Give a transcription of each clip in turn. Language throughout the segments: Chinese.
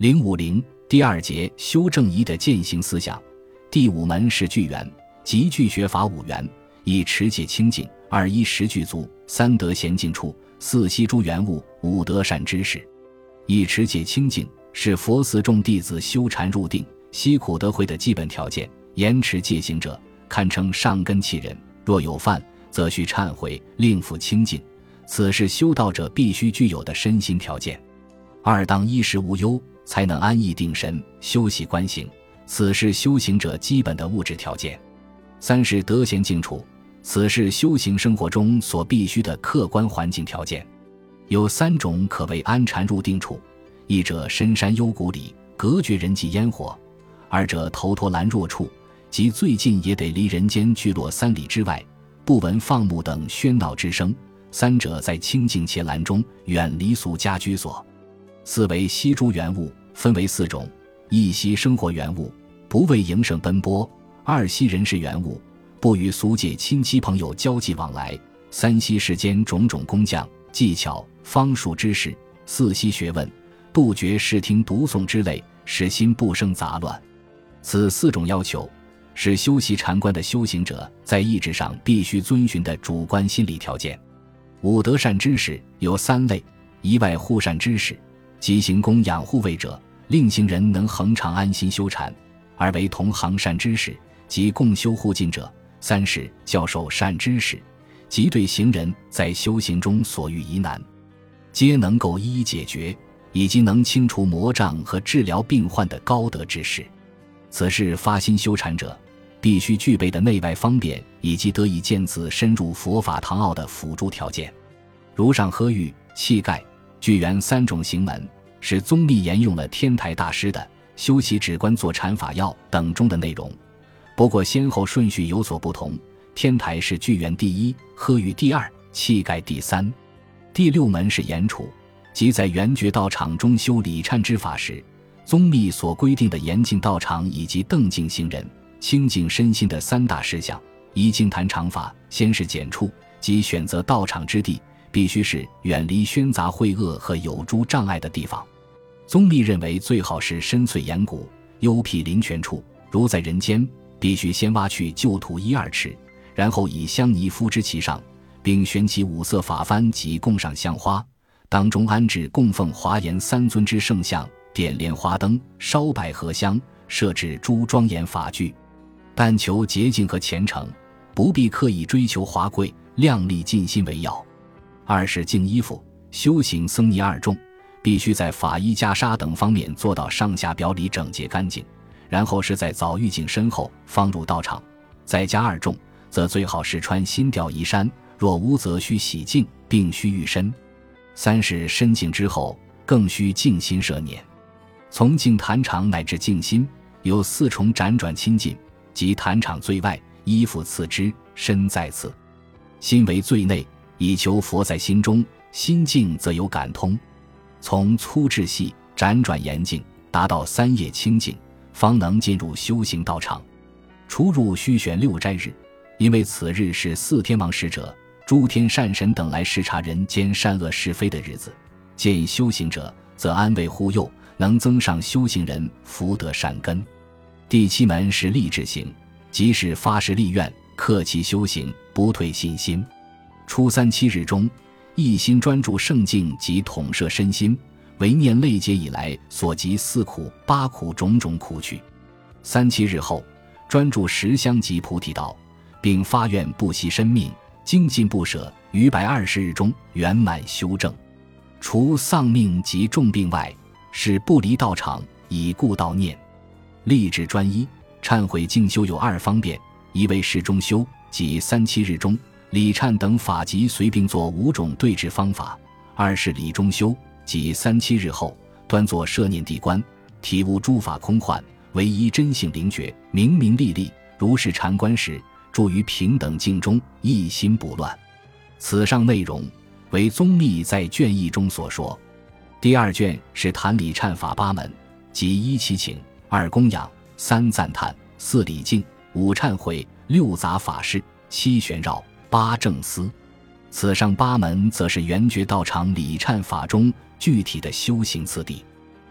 050第二节修正仪的践行思想。第五门是具圆，即具学法五元：一持戒清净，二衣食具足，三得闲静处，四悉诸缘物，五得善知识。一持戒清净是佛寺众弟子修禅入定悉苦得慧的基本条件，严持戒行者堪称上根器人，若有犯则须忏悔，令复清净，此是修道者必须具有的身心条件。二当衣食无忧，才能安逸定神，修习观行，此是修行者基本的物质条件。三是得闲静处，此是修行生活中所必须的客观环境条件。有三种可谓安禅入定处：一者深山幽谷里，隔绝人迹烟火；二者头陀兰若处，即最近也得离人间聚落3里之外，不闻放牧等喧闹之声；三者在清净伽蓝中，远离俗家居所。四为悉诸缘物，分为4种：一悉生活缘物，不为营生奔波；二悉人事缘物，不与俗界亲戚朋友交际往来；三悉世间种种工匠技巧方术之事；四悉学问，杜绝视听读诵之类，使心不生杂乱。此4种要求是修习禅观的修行者在意志上必须遵循的主观心理条件。五得善知识有3类：一外护善知识，即行供养护卫者，令行人能恒常安心修禅；二为同行善知识，即共修护近者；三是教授善知识，即对行人在修行中所遇疑难，皆能够一一解决，以及能清除魔障和治疗病患的高德之士。此是发心修禅者必须具备的内外方便，以及得以渐次深入佛法堂奥的辅助条件。如上呵谕、气概、具圆3种行门，是宗密沿用了天台大师的《修习止观坐禅法要》等中的内容，不过先后顺序有所不同，天台是具圆第一，呵谕第二，气概第三。第6门是严处，即在圆觉道场中修礼忏之法时，宗密所规定的严净道场以及澄净行人、清净身心的3大事项。依经坛场法，先是简处，即选择道场之地必须是远离喧杂秽恶和有诸障碍的地方。宗密认为最好是深邃岩谷、幽僻林泉处，如在人间必须先挖去旧土1-2尺，然后以香泥敷之其上，并悬起5色法幡及供上香花，当中安置供奉华严3尊之圣像，点莲花灯，烧百合香，设置诸庄严法具，但求洁净和虔诚，不必刻意追求华贵，量力尽心为要。二是净衣服，修行僧尼2众必须在法衣袈裟等方面做到上下表里整洁干净，然后是在早浴净身后方入道场。在家2众则最好是穿新调衣衫，若无则须洗净，并须浴身。三是身净之后更须静心摄念，从净坛场乃至静心有4重辗转亲近，即坛场最外，衣服次之，身在次，心为最内，以求佛在心中，心静则有感通。从粗至细，辗转严净，达到3业清净，方能进入修行道场。出入须选6斋日，因为此日是4天王使者、诸天善神等来视察人间善恶是非的日子。见修行者则安慰护佑，能增上修行人福德善根。第7门是立志行，即是发誓立愿，克其修行，不退信心。初3、7日中，一心专注圣境及统摄身心，唯念累劫以来所及4苦8苦种种苦趣。3、7日后，专注10相及菩提道，并发愿不惜生命，精进不舍，于120日中圆满修正。除丧命及重病外，是不离道场，以故道念。立志专一，忏悔静修有2方便：一为事中修，即3、7日中礼忏等法及随并作5种对治方法；二是礼中修，即3、7日后端坐摄念地观，体悟诸法空幻，唯一真性灵觉，明明历历，如是禅观时，住于平等境中，一心不乱。此上内容为宗密在卷1中所说。第2卷是坛礼忏法8门，即1祈请，2供养，3赞叹，4礼敬，5忏悔，6杂法事，7旋绕，8正思。此上8门则是圆觉道场礼忏法中具体的修行次第。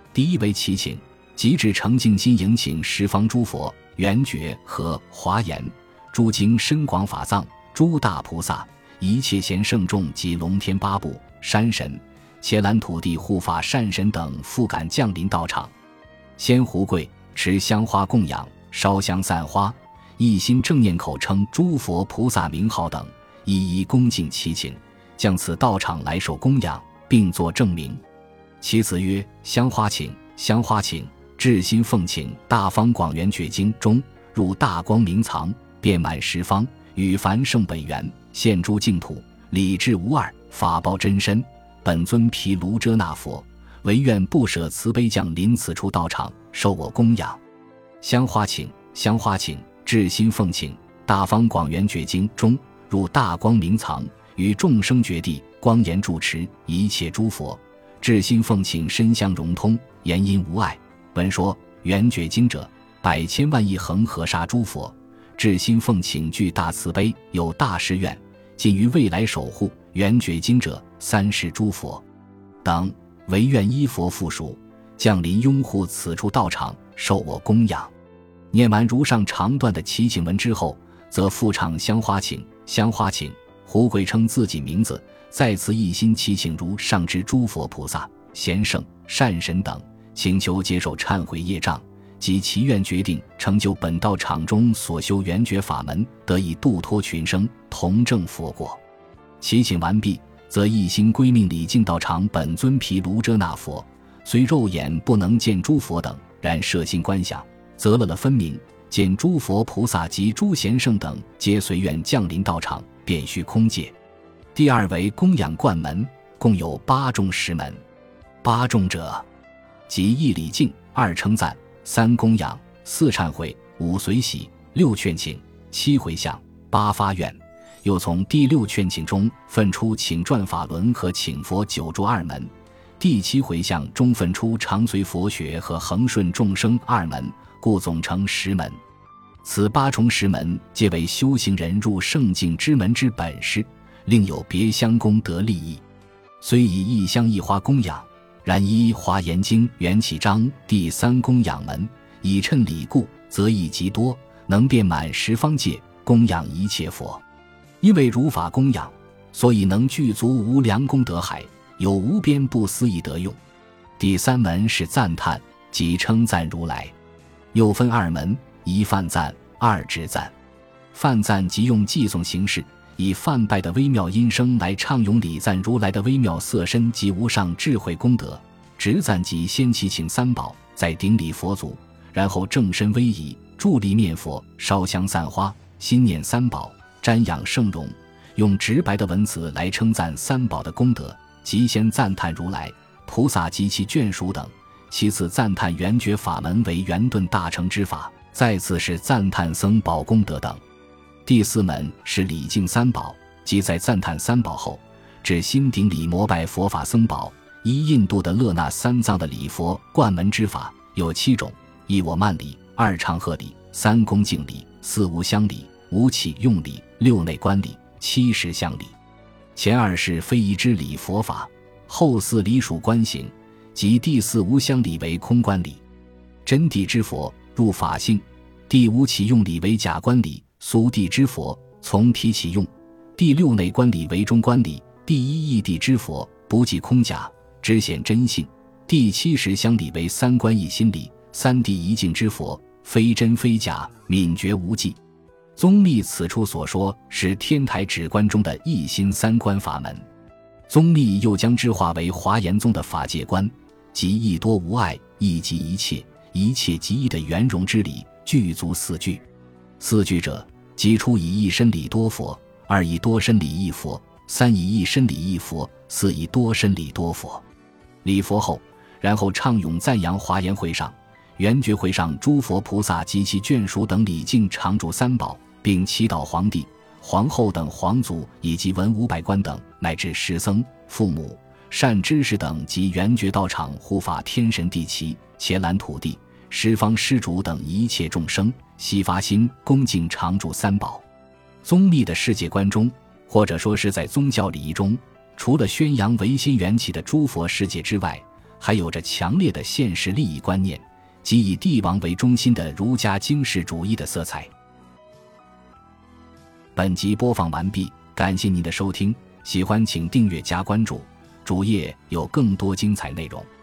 第一为祈请，即至诚敬心迎请十方诸佛、圆觉和华严、诸经深广法藏、诸大菩萨、一切贤圣众及龙天八部、山神、伽蓝土地护法善神等复感降临道场。先胡跪，持香花供养，烧香散花，一心正念口称诸佛菩萨名号等，一一恭敬祈请，将此道场来受供养，并作证明。其次曰：香花请，香花请，至心奉请大方广圆觉经中，入大光明藏，遍满十方，与凡圣本源，现诸净土，理智无二，法报真身，本尊毗卢遮那佛，唯愿不舍慈悲降临此处道场，受我供养。香花请，香花请，至心奉请大方广圆觉经中，入大光明藏，与众生觉地光严住持一切诸佛，至心奉请身相融通，言音无碍。闻说圆觉经者，百千万亿恒河沙诸佛，至心奉请具大慈悲，有大誓愿，尽于未来守护圆觉经者三世诸佛等，唯愿依佛附属，降临拥护此处道场，受我供养。念完如上长段的祈请文之后，则复唱香花请，香花请，胡跪称自己名字，再次一心祈请如上之诸佛菩萨、贤圣、善神等，请求接受忏悔业障，及祈愿决定成就本道场中所修圆觉法门，得以度脱群生，同证佛果。祈请完毕，则一心归命礼敬道场本尊毗卢遮那佛，虽肉眼不能见诸佛等，然摄心观想，则乐分明，见诸佛菩萨及诸贤圣等皆随愿降临道场，便须空界。第二为供养观门，共有8众10门。8众者，即1礼敬，2称赞，3供养，4忏悔，5随喜，6劝请，7回向，8发愿。又从第6劝请中分出请转法轮和请佛久住2门，第7回向中分出常随佛学和恒顺众生2门，故总成10门。此8重10门皆为修行人入圣境之门之本事，另有别相功德利益。虽以一香一花供养，然依华严经缘起章第3供养门，以称礼故，则益极多，能遍满十方界，供养一切佛。因为如法供养，所以能具足无量功德海，有无边不思议得用。第3门是赞叹，即称赞如来。又分2门，一梵赞，2直赞。梵赞即用偈颂形式，以梵拜的微妙音声来唱咏礼赞如来的微妙色身及无上智慧功德。直赞即先祈请3宝，再顶礼佛祖，然后正身威仪，伫立面佛，烧香散花，心念3宝，瞻仰圣容，用直白的文字来称赞3宝的功德，即先赞叹如来、菩萨及其眷属等，其次赞叹圆觉法门为圆顿大成之法，再次是赞叹僧宝功德等。第4门是礼敬3宝，即在赞叹3宝后，至心顶礼膜拜佛法僧宝。依印度的勒那3藏的礼佛灌门之法有7种：一我慢礼，二长贺礼，三恭敬礼，四无香礼，五起用礼，六内观礼，七实相礼。前2是非遗之礼佛法，后4礼属观行，即第4无香礼为空观礼。真谛之佛入法性，第5起用礼为假观礼，苏谛之佛从体起用，第6内观礼为中观礼，第1义谛之佛不计空假，只显真性，第7实相礼为三观一心礼，三谛一境之佛非真非假，泯绝无忌。宗密此处所说是天台止观中的一心三观法门。宗密又将之化为华严宗的法界观，即一多无碍，一即一切，一切即一的圆融之理，具足4句。4句者，即初以一身礼多佛，2以多身礼一佛，3以一身礼一佛，4以多身礼多佛。礼佛后，然后唱咏赞扬华严会上、圆觉会上诸佛菩萨及其眷属等礼敬常住3宝，并祈祷皇帝、皇后等皇族以及文武百官等，乃至师僧、父母、善知识等及圆觉道场护法天神地祇、伽蓝土地、十方施主等一切众生，悉发心恭敬常住3宝。宗密的世界观中，或者说是在宗教礼仪中，除了宣扬唯心缘起的诸佛世界之外， 还有着强烈的现实利益观念及以帝王为中心的儒家经世主义的色彩。本集播放完毕，感谢您的收听，喜欢请订阅加关注，主页有更多精彩内容。